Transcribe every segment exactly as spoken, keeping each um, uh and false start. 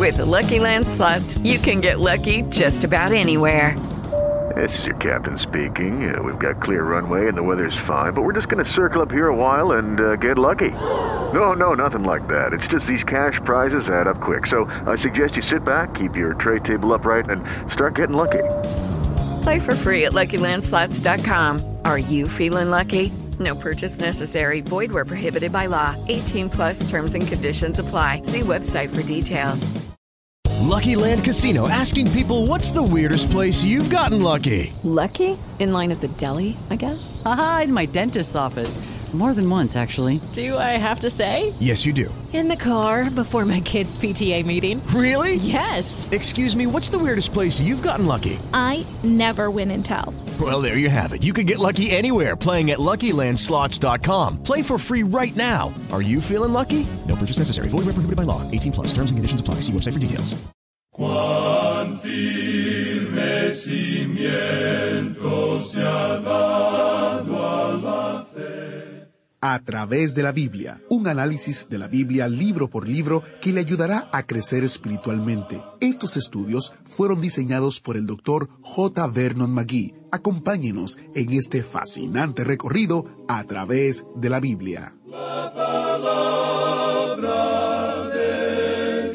With the Lucky Land Slots, you can get lucky just about anywhere. This is your captain speaking. Uh, we've got clear runway and the weather's fine, but we're just going to circle up here a while and uh, get lucky. No, no, nothing like that. It's just these cash prizes add up quick. So I suggest you sit back, keep your tray table upright, and start getting lucky. Play for free at Lucky Land Slots dot com. Are you feeling lucky? No purchase necessary. Void where prohibited by law. eighteen plus terms and conditions apply. See website for details. Lucky Land Casino, asking people, what's the weirdest place you've gotten lucky? Lucky? In line at the deli, I guess? Aha, in my dentist's office. More than once, actually. Do I have to say? Yes, you do. In the car before my kids' P T A meeting. Really? Yes. Excuse me, what's the weirdest place you've gotten lucky? I never win and tell. Well, there you have it. You can get lucky anywhere, playing at Lucky Land Slots dot com. Play for free right now. Are you feeling lucky? No purchase necessary. Void where prohibited by law. eighteen plus. Terms and conditions apply. See website for details. Cuán firme cimiento se ha dado a la fe. A través de la Biblia, un análisis de la Biblia libro por libro que le ayudará a crecer espiritualmente. Estos estudios fueron diseñados por el doctor J. Vernon McGee. Acompáñenos en este fascinante recorrido a través de la Biblia. La palabra de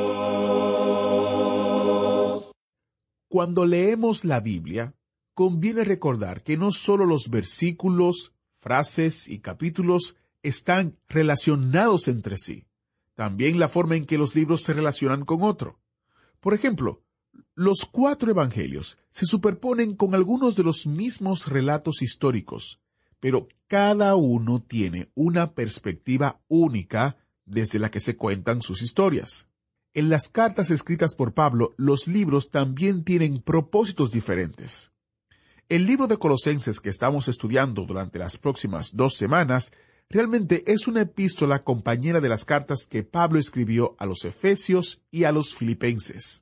Dios. Cuando leemos la Biblia, conviene recordar que no solo los versículos, frases y capítulos están relacionados entre sí, también la forma en que los libros se relacionan con otro. Por ejemplo, los cuatro evangelios se superponen con algunos de los mismos relatos históricos, pero cada uno tiene una perspectiva única desde la que se cuentan sus historias. En las cartas escritas por Pablo, los libros también tienen propósitos diferentes. El libro de Colosenses que estamos estudiando durante las próximas dos semanas realmente es una epístola compañera de las cartas que Pablo escribió a los Efesios y a los Filipenses.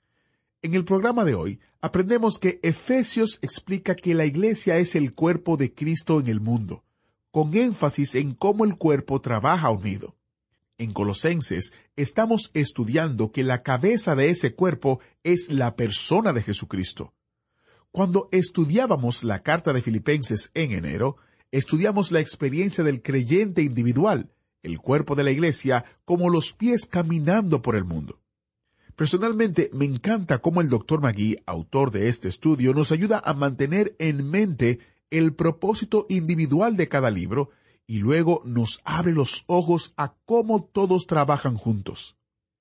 En el programa de hoy aprendemos que Efesios explica que la iglesia es el cuerpo de Cristo en el mundo, con énfasis en cómo el cuerpo trabaja unido. En Colosenses estamos estudiando que la cabeza de ese cuerpo es la persona de Jesucristo. Cuando estudiábamos la carta de Filipenses en enero, estudiamos la experiencia del creyente individual, el cuerpo de la iglesia, como los pies caminando por el mundo. Personalmente, me encanta cómo el doctor McGee, autor de este estudio, nos ayuda a mantener en mente el propósito individual de cada libro y luego nos abre los ojos a cómo todos trabajan juntos.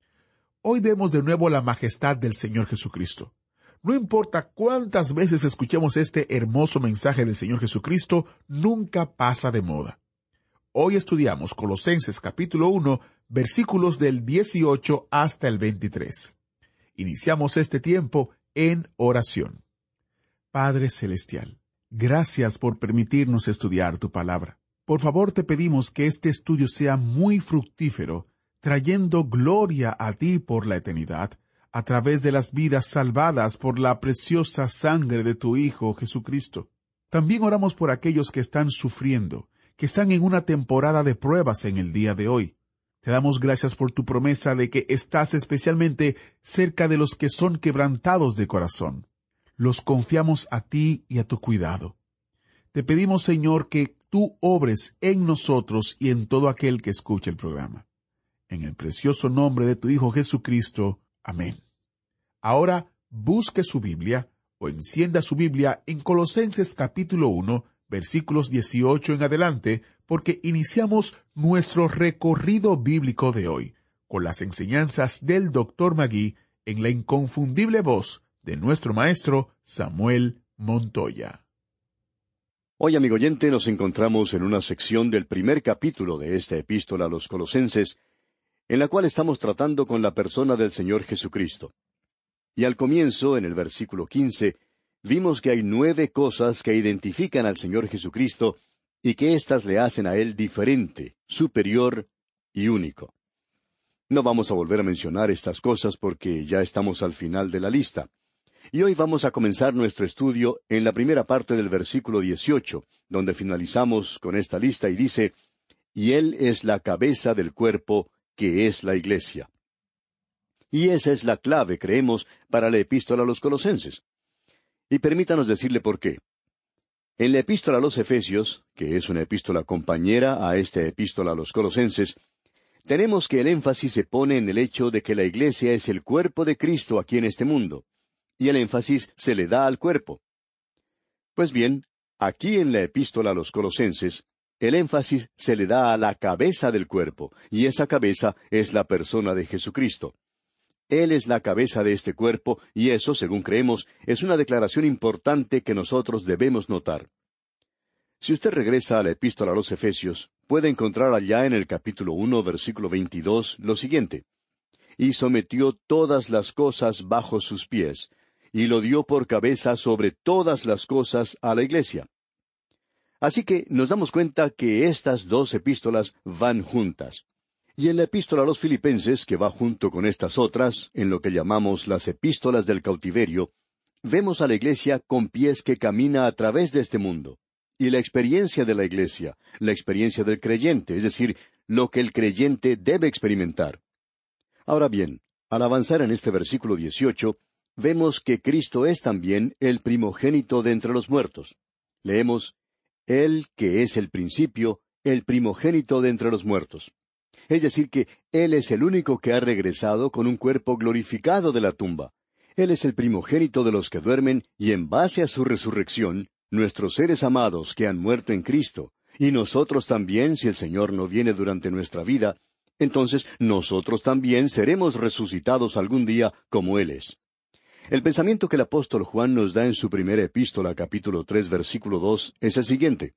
Hoy vemos de nuevo la majestad del Señor Jesucristo. No importa cuántas veces escuchemos este hermoso mensaje del Señor Jesucristo, nunca pasa de moda. Hoy estudiamos Colosenses capítulo uno, versículos del dieciocho hasta el veintitrés. Iniciamos este tiempo en oración. Padre Celestial, gracias por permitirnos estudiar tu palabra. Por favor te pedimos que este estudio sea muy fructífero, trayendo gloria a ti por la eternidad, a través de las vidas salvadas por la preciosa sangre de tu Hijo Jesucristo. También oramos por aquellos que están sufriendo, que están en una temporada de pruebas en el día de hoy. Te damos gracias por tu promesa de que estás especialmente cerca de los que son quebrantados de corazón. Los confiamos a ti y a tu cuidado. Te pedimos, Señor, que tú obres en nosotros y en todo aquel que escuche el programa. En el precioso nombre de tu Hijo Jesucristo. Amén. Ahora busque su Biblia o encienda su Biblia en Colosenses capítulo uno, versículos dieciocho en adelante, porque iniciamos nuestro recorrido bíblico de hoy, con las enseñanzas del doctor McGee en la inconfundible voz de nuestro maestro Samuel Montoya. Hoy, amigo oyente, nos encontramos en una sección del primer capítulo de esta epístola a los Colosenses, en la cual estamos tratando con la persona del Señor Jesucristo. Y al comienzo, en el versículo quince, vimos que hay nueve cosas que identifican al Señor Jesucristo y que éstas le hacen a Él diferente, superior y único. No vamos a volver a mencionar estas cosas porque ya estamos al final de la lista. Y hoy vamos a comenzar nuestro estudio en la primera parte del versículo dieciocho, donde finalizamos con esta lista y dice, «Y Él es la cabeza del cuerpo, que es la iglesia». Y esa es la clave, creemos, para la epístola a los Colosenses. Y permítanos decirle por qué. En la epístola a los Efesios, que es una epístola compañera a esta epístola a los Colosenses, tenemos que el énfasis se pone en el hecho de que la iglesia es el cuerpo de Cristo aquí en este mundo, y el énfasis se le da al cuerpo. Pues bien, aquí en la epístola a los Colosenses, el énfasis se le da a la cabeza del cuerpo, y esa cabeza es la persona de Jesucristo. Él es la cabeza de este cuerpo, y eso, según creemos, es una declaración importante que nosotros debemos notar. Si usted regresa a la epístola a los Efesios, puede encontrar allá en el capítulo uno, versículo veintidós, lo siguiente: y sometió todas las cosas bajo sus pies, y lo dio por cabeza sobre todas las cosas a la iglesia. Así que nos damos cuenta que estas dos epístolas van juntas. Y en la epístola a los Filipenses, que va junto con estas otras, en lo que llamamos las epístolas del cautiverio, vemos a la iglesia con pies que camina a través de este mundo. Y la experiencia de la iglesia, la experiencia del creyente, es decir, lo que el creyente debe experimentar. Ahora bien, al avanzar en este versículo dieciocho, vemos que Cristo es también el primogénito de entre los muertos. Leemos: Él que es el principio, el primogénito de entre los muertos. Es decir, que Él es el único que ha regresado con un cuerpo glorificado de la tumba. Él es el primogénito de los que duermen, y en base a su resurrección, nuestros seres amados que han muerto en Cristo, y nosotros también, si el Señor no viene durante nuestra vida, entonces nosotros también seremos resucitados algún día como Él es. El pensamiento que el apóstol Juan nos da en su primera epístola, capítulo tres, versículo dos, es el siguiente: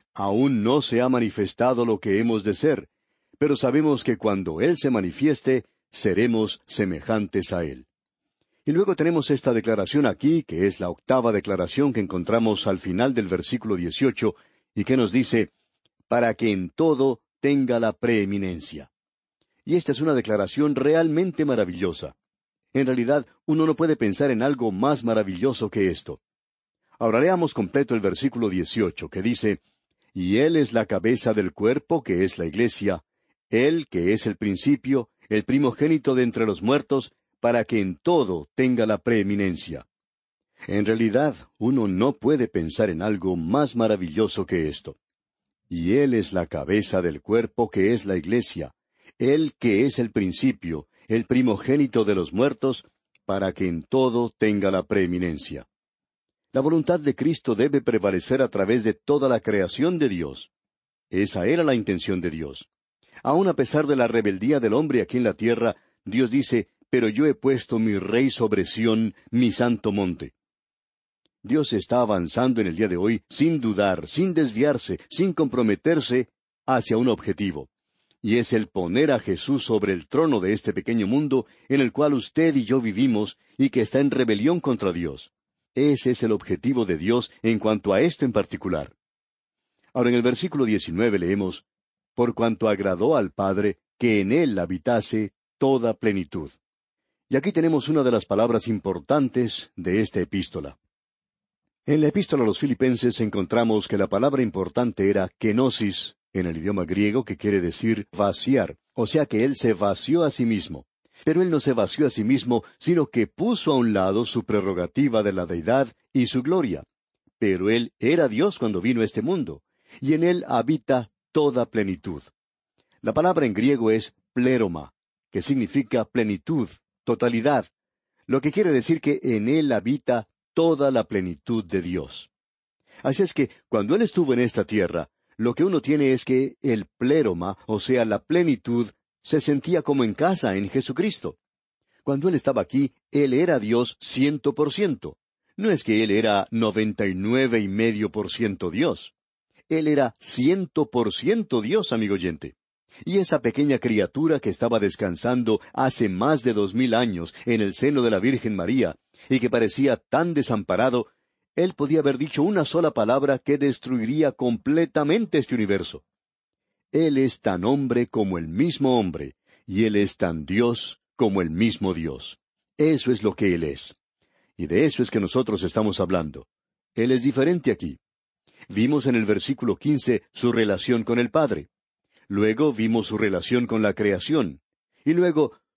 aún no se ha manifestado lo que hemos de ser, pero sabemos que cuando Él se manifieste, seremos semejantes a Él. Y luego tenemos esta declaración aquí, que es la octava declaración que encontramos al final del versículo dieciocho, y que nos dice: para que en todo tenga la preeminencia. Y esta es una declaración realmente maravillosa. En realidad, uno no puede pensar en algo más maravilloso que esto. Ahora leamos completo el versículo dieciocho, que dice: y Él es la cabeza del cuerpo, que es la iglesia, Él que es el principio, el primogénito de entre los muertos, para que en todo tenga la preeminencia. En realidad, uno no puede pensar en algo más maravilloso que esto. Y Él es la cabeza del cuerpo que es la iglesia, Él que es el principio, el primogénito de los muertos, para que en todo tenga la preeminencia. La voluntad de Cristo debe prevalecer a través de toda la creación de Dios. Esa era la intención de Dios. Aun a pesar de la rebeldía del hombre aquí en la tierra, Dios dice: pero yo he puesto mi rey sobre Sión, mi santo monte. Dios está avanzando en el día de hoy sin dudar, sin desviarse, sin comprometerse hacia un objetivo. Y es el poner a Jesús sobre el trono de este pequeño mundo en el cual usted y yo vivimos y que está en rebelión contra Dios. Ese es el objetivo de Dios en cuanto a esto en particular. Ahora en el versículo diecinueve leemos: por cuanto agradó al Padre que en Él habitase toda plenitud. Y aquí tenemos una de las palabras importantes de esta epístola. En la epístola a los Filipenses encontramos que la palabra importante era kenosis, en el idioma griego, que quiere decir vaciar, o sea que Él se vació a sí mismo. Pero Él no se vació a sí mismo, sino que puso a un lado su prerrogativa de la deidad y su gloria. Pero Él era Dios cuando vino a este mundo, y en Él habita toda plenitud. La palabra en griego es pleroma, que significa plenitud, totalidad, lo que quiere decir que en Él habita toda la plenitud de Dios. Así es que, cuando Él estuvo en esta tierra, lo que uno tiene es que el pleroma, o sea, la plenitud, se sentía como en casa en Jesucristo. Cuando Él estaba aquí, Él era Dios ciento por ciento. No es que Él era noventa y nueve y medio por ciento Dios. Él era ciento por ciento Dios, amigo oyente. Y esa pequeña criatura que estaba descansando hace más de dos mil años en el seno de la Virgen María, y que parecía tan desamparado, Él podía haber dicho una sola palabra que destruiría completamente este universo. Él es tan hombre como el mismo hombre, y Él es tan Dios como el mismo Dios. Eso es lo que Él es. Y de eso es que nosotros estamos hablando. Él es diferente aquí. Vimos en el versículo quince su relación con el Padre. Luego vimos su relación con la creación. Y luego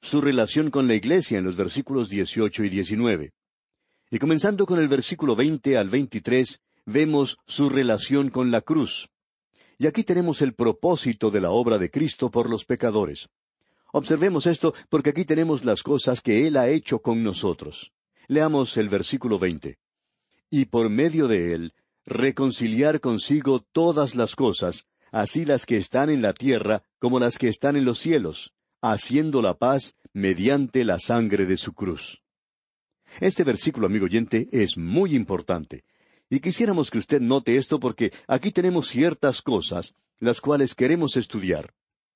su relación con la iglesia en los versículos dieciocho y diecinueve. Y comenzando con el versículo veinte al veintitrés, vemos su relación con la cruz. Y aquí tenemos el propósito de la obra de Cristo por los pecadores. Observemos esto porque aquí tenemos las cosas que Él ha hecho con nosotros. Leamos el versículo veinte. Y por medio de Él, reconciliar consigo todas las cosas, así las que están en la tierra como las que están en los cielos, haciendo la paz mediante la sangre de su cruz. Este versículo, amigo oyente, es muy importante. Y quisiéramos que usted note esto porque aquí tenemos ciertas cosas, las cuales queremos estudiar.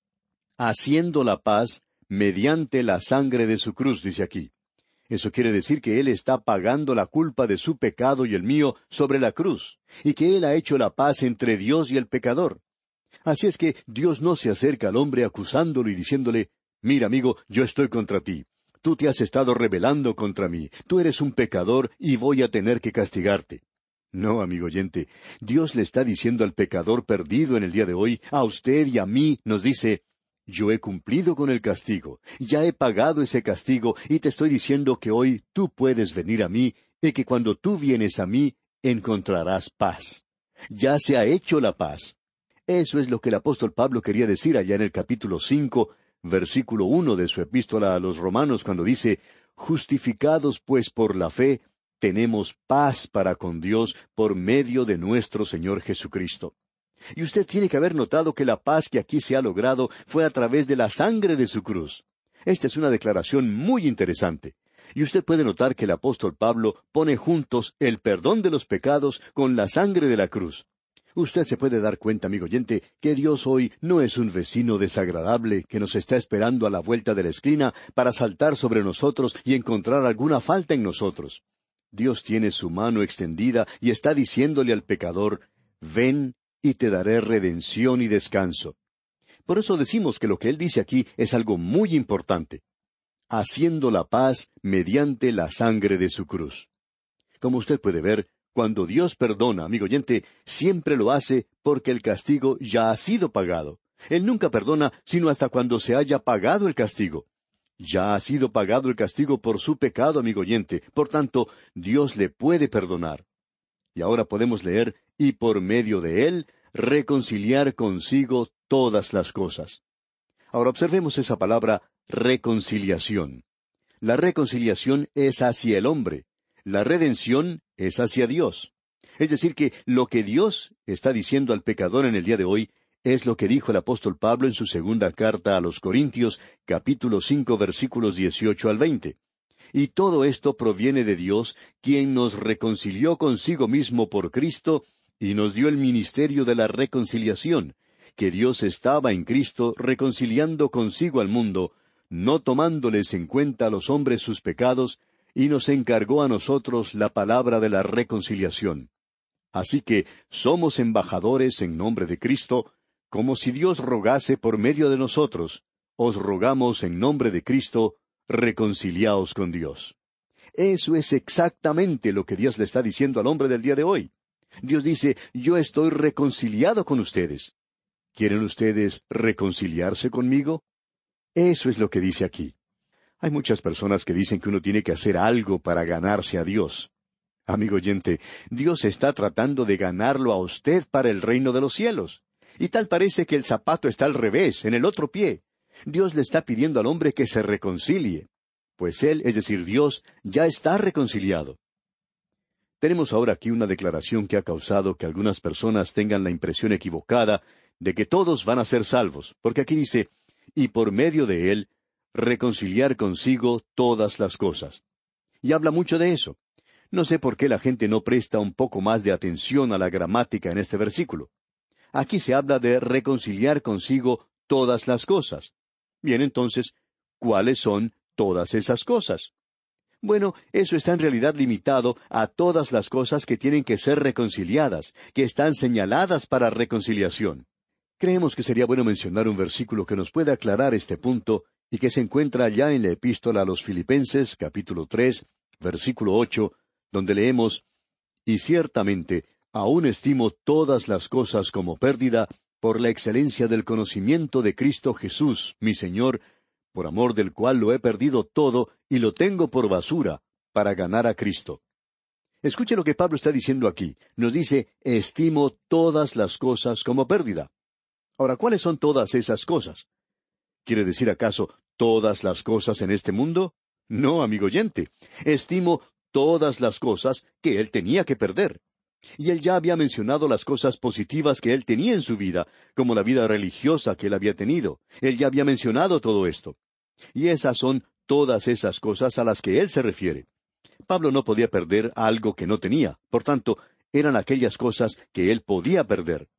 Haciendo la paz mediante la sangre de su cruz, dice aquí. Eso quiere decir que Él está pagando la culpa de su pecado y el mío sobre la cruz, y que Él ha hecho la paz entre Dios y el pecador. Así es que Dios no se acerca al hombre acusándolo y diciéndole, mira, amigo, yo estoy contra ti. Tú te has estado rebelando contra mí. Tú eres un pecador y voy a tener que castigarte. No, amigo oyente, Dios le está diciendo al pecador perdido en el día de hoy, a usted y a mí, nos dice, yo he cumplido con el castigo, ya he pagado ese castigo y te estoy diciendo que hoy tú puedes venir a mí y que cuando tú vienes a mí encontrarás paz. Ya se ha hecho la paz. Eso es lo que el apóstol Pablo quería decir allá en el capítulo cinco, versículo uno de su epístola a los Romanos, cuando dice, justificados pues por la fe, tenemos paz para con Dios por medio de nuestro Señor Jesucristo. Y usted tiene que haber notado que la paz que aquí se ha logrado fue a través de la sangre de su cruz. Esta es una declaración muy interesante. Y usted puede notar que el apóstol Pablo pone juntos el perdón de los pecados con la sangre de la cruz. Usted se puede dar cuenta, amigo oyente, que Dios hoy no es un vecino desagradable que nos está esperando a la vuelta de la esquina para saltar sobre nosotros y encontrar alguna falta en nosotros. Dios tiene su mano extendida y está diciéndole al pecador, ven y te daré redención y descanso. Por eso decimos que lo que Él dice aquí es algo muy importante. Haciendo la paz mediante la sangre de su cruz. Como usted puede ver, cuando Dios perdona, amigo oyente, siempre lo hace porque el castigo ya ha sido pagado. Él nunca perdona sino hasta cuando se haya pagado el castigo. Ya ha sido pagado el castigo por su pecado, amigo oyente. Por tanto, Dios le puede perdonar. Y ahora podemos leer, y por medio de Él, reconciliar consigo todas las cosas. Ahora observemos esa palabra, reconciliación. La reconciliación es hacia el hombre. La redención es hacia Dios. Es decir, que lo que Dios está diciendo al pecador en el día de hoy es lo que dijo el apóstol Pablo en su segunda carta a los Corintios, capítulo cinco, versículos dieciocho al veinte. Y todo esto proviene de Dios, quien nos reconcilió consigo mismo por Cristo, y nos dio el ministerio de la reconciliación, que Dios estaba en Cristo reconciliando consigo al mundo, no tomándoles en cuenta a los hombres sus pecados, y nos encargó a nosotros la palabra de la reconciliación. Así que somos embajadores en nombre de Cristo, como si Dios rogase por medio de nosotros. Os rogamos en nombre de Cristo, reconciliaos con Dios. Eso es exactamente lo que Dios le está diciendo al hombre del día de hoy. Dios dice, yo estoy reconciliado con ustedes. ¿Quieren ustedes reconciliarse conmigo? Eso es lo que dice aquí. Hay muchas personas que dicen que uno tiene que hacer algo para ganarse a Dios. Amigo oyente, Dios está tratando de ganarlo a usted para el reino de los cielos. Y tal parece que el zapato está al revés, en el otro pie. Dios le está pidiendo al hombre que se reconcilie. Pues Él, es decir, Dios, ya está reconciliado. Tenemos ahora aquí una declaración que ha causado que algunas personas tengan la impresión equivocada de que todos van a ser salvos, porque aquí dice, y por medio de Él, reconciliar consigo todas las cosas. Y habla mucho de eso. No sé por qué la gente no presta un poco más de atención a la gramática en este versículo. Aquí se habla de reconciliar consigo todas las cosas. Bien, entonces, ¿cuáles son todas esas cosas? Bueno, eso está en realidad limitado a todas las cosas que tienen que ser reconciliadas, que están señaladas para reconciliación. Creemos que sería bueno mencionar un versículo que nos pueda aclarar este punto y que se encuentra allá en la epístola a los Filipenses, capítulo tres, versículo ocho, donde leemos, «Y ciertamente, aún estimo todas las cosas como pérdida por la excelencia del conocimiento de Cristo Jesús, mi Señor, por amor del cual lo he perdido todo y lo tengo por basura, para ganar a Cristo. Escuche lo que Pablo está diciendo aquí. Nos dice, estimo todas las cosas como pérdida. Ahora, ¿cuáles son todas esas cosas? ¿Quiere decir acaso todas las cosas en este mundo? No, amigo oyente. Estimo todas las cosas que él tenía que perder. Y él ya había mencionado las cosas positivas que él tenía en su vida, como la vida religiosa que él había tenido. Él ya había mencionado todo esto. Y esas son todas esas cosas a las que él se refiere. Pablo no podía perder algo que no tenía. Por tanto, eran aquellas cosas que él podía perder.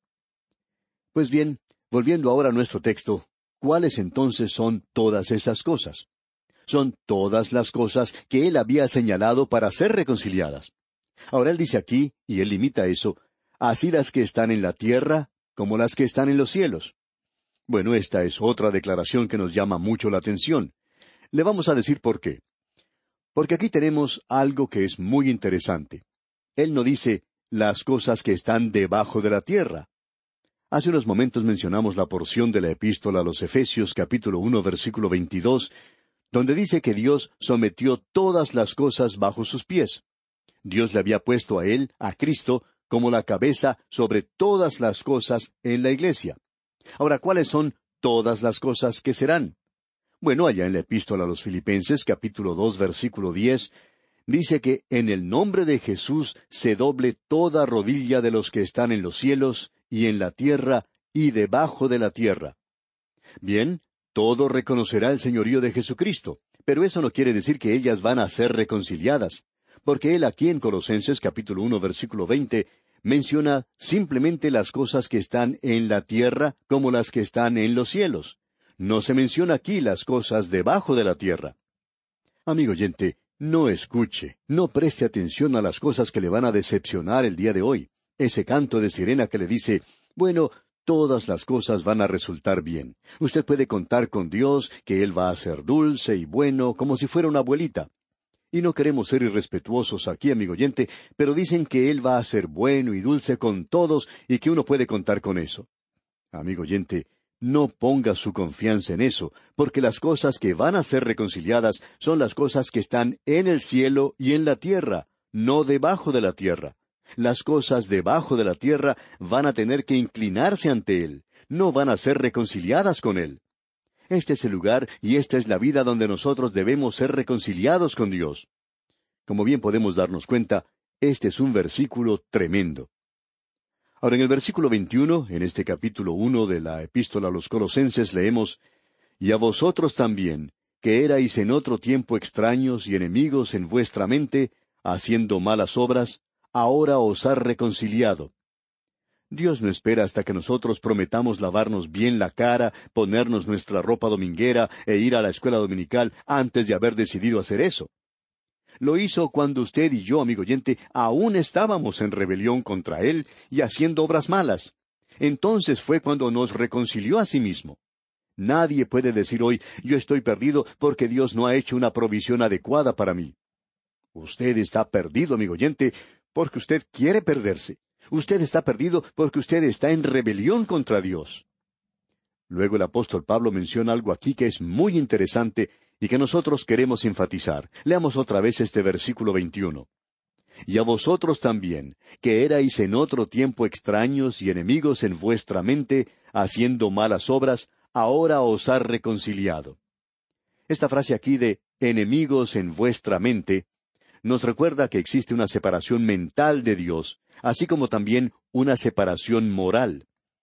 Pues bien, volviendo ahora a nuestro texto, ¿cuáles entonces son todas esas cosas? Son todas las cosas que él había señalado para ser reconciliadas. Ahora él dice aquí, y él limita eso, así las que están en la tierra como las que están en los cielos. Bueno, esta es otra declaración que nos llama mucho la atención. Le vamos a decir por qué. Porque aquí tenemos algo que es muy interesante. Él no dice las cosas que están debajo de la tierra. Hace unos momentos mencionamos la porción de la epístola a los Efesios capítulo uno versículo veintidós, donde dice que Dios sometió todas las cosas bajo sus pies. Dios le había puesto a él, a Cristo, como la cabeza sobre todas las cosas en la iglesia. Ahora, ¿cuáles son todas las cosas que serán? Bueno, allá en la epístola a los Filipenses, capítulo dos, versículo diez, dice que en el nombre de Jesús se doble toda rodilla de los que están en los cielos, y en la tierra, y debajo de la tierra. Bien, todo reconocerá el señorío de Jesucristo, pero eso no quiere decir que ellas van a ser reconciliadas, porque él aquí en Colosenses, capítulo uno, versículo veinte, menciona simplemente las cosas que están en la tierra como las que están en los cielos. No se menciona aquí las cosas debajo de la tierra. Amigo oyente, no escuche, no preste atención a las cosas que le van a decepcionar el día de hoy. Ese canto de sirena que le dice, bueno, todas las cosas van a resultar bien. Usted puede contar con Dios, que Él va a ser dulce y bueno, como si fuera una abuelita. Y no queremos ser irrespetuosos aquí, amigo oyente, pero dicen que Él va a ser bueno y dulce con todos y que uno puede contar con eso. Amigo oyente, no ponga su confianza en eso, porque las cosas que van a ser reconciliadas son las cosas que están en el cielo y en la tierra, no debajo de la tierra. Las cosas debajo de la tierra van a tener que inclinarse ante Él, no van a ser reconciliadas con Él. Este es el lugar y esta es la vida donde nosotros debemos ser reconciliados con Dios. Como bien podemos darnos cuenta, este es un versículo tremendo. Ahora, en el versículo veintiuno, en este capítulo uno de la epístola a los Colosenses, leemos, «Y a vosotros también, que erais en otro tiempo extraños y enemigos en vuestra mente, haciendo malas obras, ahora os ha reconciliado». Dios no espera hasta que nosotros prometamos lavarnos bien la cara, ponernos nuestra ropa dominguera e ir a la escuela dominical antes de haber decidido hacer eso. Lo hizo cuando usted y yo, amigo oyente, aún estábamos en rebelión contra Él y haciendo obras malas. Entonces fue cuando nos reconcilió a sí mismo. Nadie puede decir hoy, yo estoy perdido porque Dios no ha hecho una provisión adecuada para mí. Usted está perdido, amigo oyente, porque usted quiere perderse. Usted está perdido porque usted está en rebelión contra Dios. Luego el apóstol Pablo menciona algo aquí que es muy interesante y que nosotros queremos enfatizar. Leamos otra vez este versículo veintiuno. «Y a vosotros también, que erais en otro tiempo extraños y enemigos en vuestra mente, haciendo malas obras, ahora os ha reconciliado». Esta frase aquí de «enemigos en vuestra mente» nos recuerda que existe una separación mental de Dios, así como también una separación moral.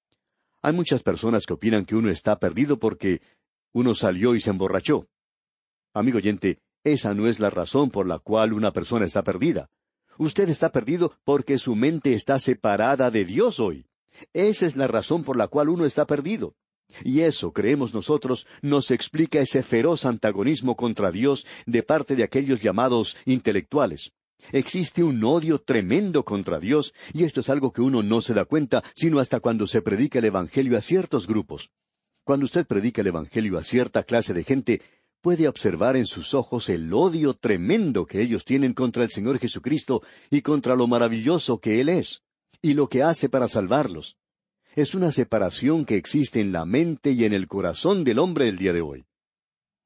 Hay muchas personas que opinan que uno está perdido porque uno salió y se emborrachó. Amigo oyente, esa no es la razón por la cual una persona está perdida. Usted está perdido porque su mente está separada de Dios hoy. Esa es la razón por la cual uno está perdido. Y eso, creemos nosotros, nos explica ese feroz antagonismo contra Dios de parte de aquellos llamados intelectuales. Existe un odio tremendo contra Dios, y esto es algo que uno no se da cuenta, sino hasta cuando se predica el Evangelio a ciertos grupos. Cuando usted predica el Evangelio a cierta clase de gente, puede observar en sus ojos el odio tremendo que ellos tienen contra el Señor Jesucristo y contra lo maravilloso que Él es, y lo que hace para salvarlos. Es una separación que existe en la mente y en el corazón del hombre el día de hoy.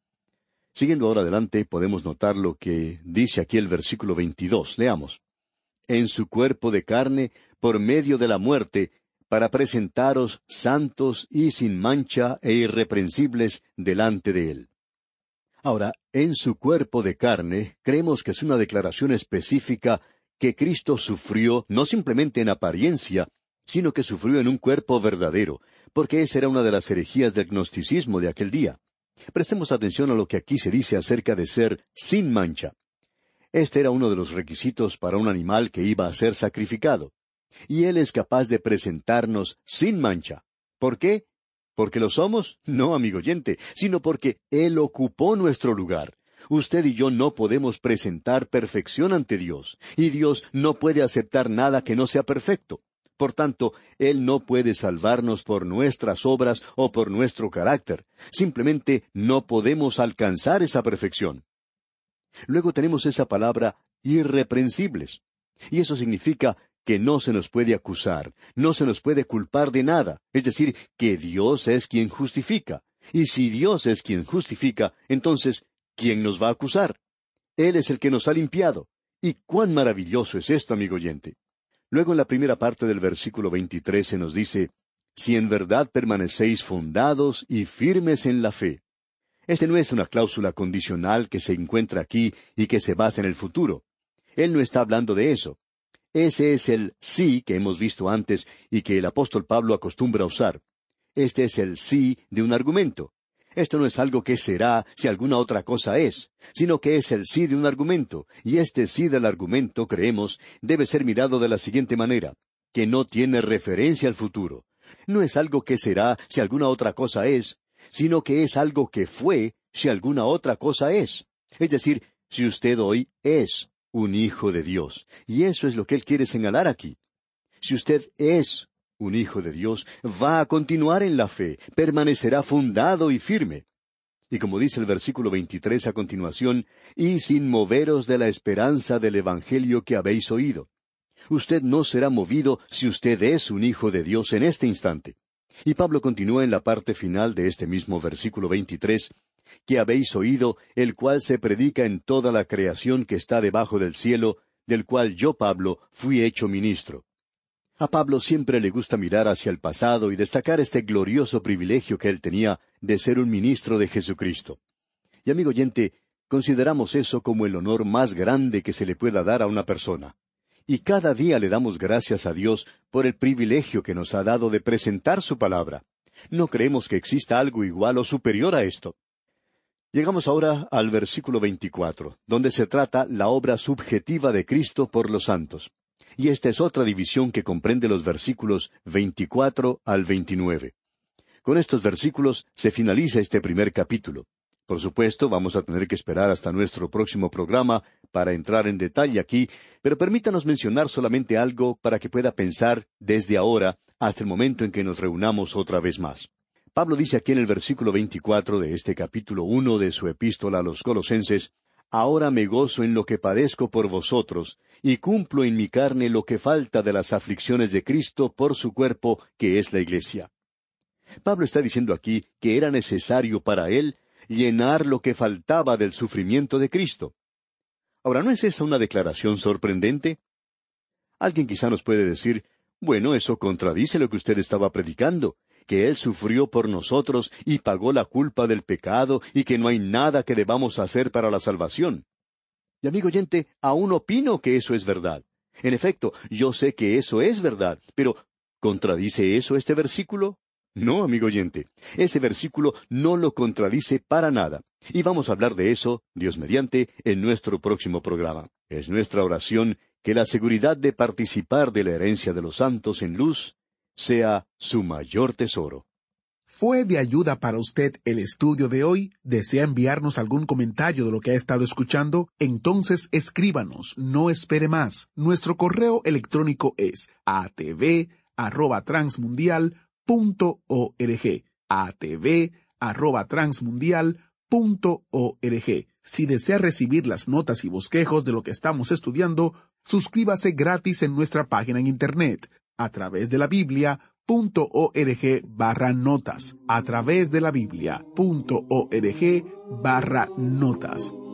Siguiendo ahora adelante, podemos notar lo que dice aquí el versículo veintidós. Leamos. En su cuerpo de carne, por medio de la muerte, para presentaros santos y sin mancha e irreprensibles delante de Él. Ahora, en su cuerpo de carne, creemos que es una declaración específica que Cristo sufrió no simplemente en apariencia, sino que sufrió en un cuerpo verdadero, porque esa era una de las herejías del gnosticismo de aquel día. Prestemos atención a lo que aquí se dice acerca de ser sin mancha. Este era uno de los requisitos para un animal que iba a ser sacrificado. Y Él es capaz de presentarnos sin mancha. ¿Por qué? ¿Porque lo somos? No, amigo oyente, sino porque Él ocupó nuestro lugar. Usted y yo no podemos presentar perfección ante Dios, y Dios no puede aceptar nada que no sea perfecto. Por tanto, Él no puede salvarnos por nuestras obras o por nuestro carácter. Simplemente no podemos alcanzar esa perfección. Luego tenemos esa palabra irreprensibles. Y eso significa que no se nos puede acusar, no se nos puede culpar de nada. Es decir, que Dios es quien justifica. Y si Dios es quien justifica, entonces, ¿quién nos va a acusar? Él es el que nos ha limpiado. Y cuán maravilloso es esto, amigo oyente. Luego en la primera parte del versículo veintitrés se nos dice, si en verdad permanecéis fundados y firmes en la fe. Este no es una cláusula condicional que se encuentra aquí y que se basa en el futuro. Él no está hablando de eso. Ese es el sí que hemos visto antes y que el apóstol Pablo acostumbra usar. Este es el sí de un argumento. Esto no es algo que será si alguna otra cosa es, sino que es el sí de un argumento, y este sí del argumento, creemos, debe ser mirado de la siguiente manera, que no tiene referencia al futuro. No es algo que será si alguna otra cosa es, sino que es algo que fue si alguna otra cosa es. Es decir, si usted hoy es un hijo de Dios, y eso es lo que Él quiere señalar aquí. Si usted es un hijo de Dios, va a continuar en la fe, permanecerá fundado y firme. Y como dice el versículo veintitrés a continuación, y sin moveros de la esperanza del Evangelio que habéis oído. Usted no será movido si usted es un hijo de Dios en este instante. Y Pablo continúa en la parte final de este mismo versículo veintitrés, que habéis oído, el cual se predica en toda la creación que está debajo del cielo, del cual yo, Pablo, fui hecho ministro. A Pablo siempre le gusta mirar hacia el pasado y destacar este glorioso privilegio que él tenía de ser un ministro de Jesucristo. Y amigo oyente, consideramos eso como el honor más grande que se le pueda dar a una persona. Y cada día le damos gracias a Dios por el privilegio que nos ha dado de presentar su palabra. No creemos que exista algo igual o superior a esto. Llegamos ahora al versículo veinticuatro, donde se trata la obra subjetiva de Cristo por los santos. Y esta es otra división que comprende los versículos veinticuatro al veintinueve. Con estos versículos se finaliza este primer capítulo. Por supuesto, vamos a tener que esperar hasta nuestro próximo programa para entrar en detalle aquí, pero permítanos mencionar solamente algo para que pueda pensar desde ahora hasta el momento en que nos reunamos otra vez más. Pablo dice aquí en el versículo veinticuatro de este capítulo uno de su epístola a los Colosenses, «Ahora me gozo en lo que padezco por vosotros, y cumplo en mi carne lo que falta de las aflicciones de Cristo por su cuerpo, que es la Iglesia». Pablo está diciendo aquí que era necesario para él llenar lo que faltaba del sufrimiento de Cristo. Ahora, ¿no es esa una declaración sorprendente? Alguien quizá nos puede decir, bueno, eso contradice lo que usted estaba predicando, que Él sufrió por nosotros y pagó la culpa del pecado y que no hay nada que debamos hacer para la salvación. Y amigo oyente, aún opino que eso es verdad. En efecto, yo sé que eso es verdad, pero ¿contradice eso este versículo? No, amigo oyente, ese versículo no lo contradice para nada. Y vamos a hablar de eso, Dios mediante, en nuestro próximo programa. Es nuestra oración que la seguridad de participar de la herencia de los santos en luz sea su mayor tesoro. ¿Fue de ayuda para usted el estudio de hoy? ¿Desea enviarnos algún comentario de lo que ha estado escuchando? Entonces escríbanos, no espere más. Nuestro correo electrónico es a t v arroba transmundial punto org. a t v arroba transmundial punto org. Si desea recibir las notas y bosquejos de lo que estamos estudiando, suscríbase gratis en nuestra página en Internet, a través de la Biblia .org barra notas, a través de la Biblia.org barra notas.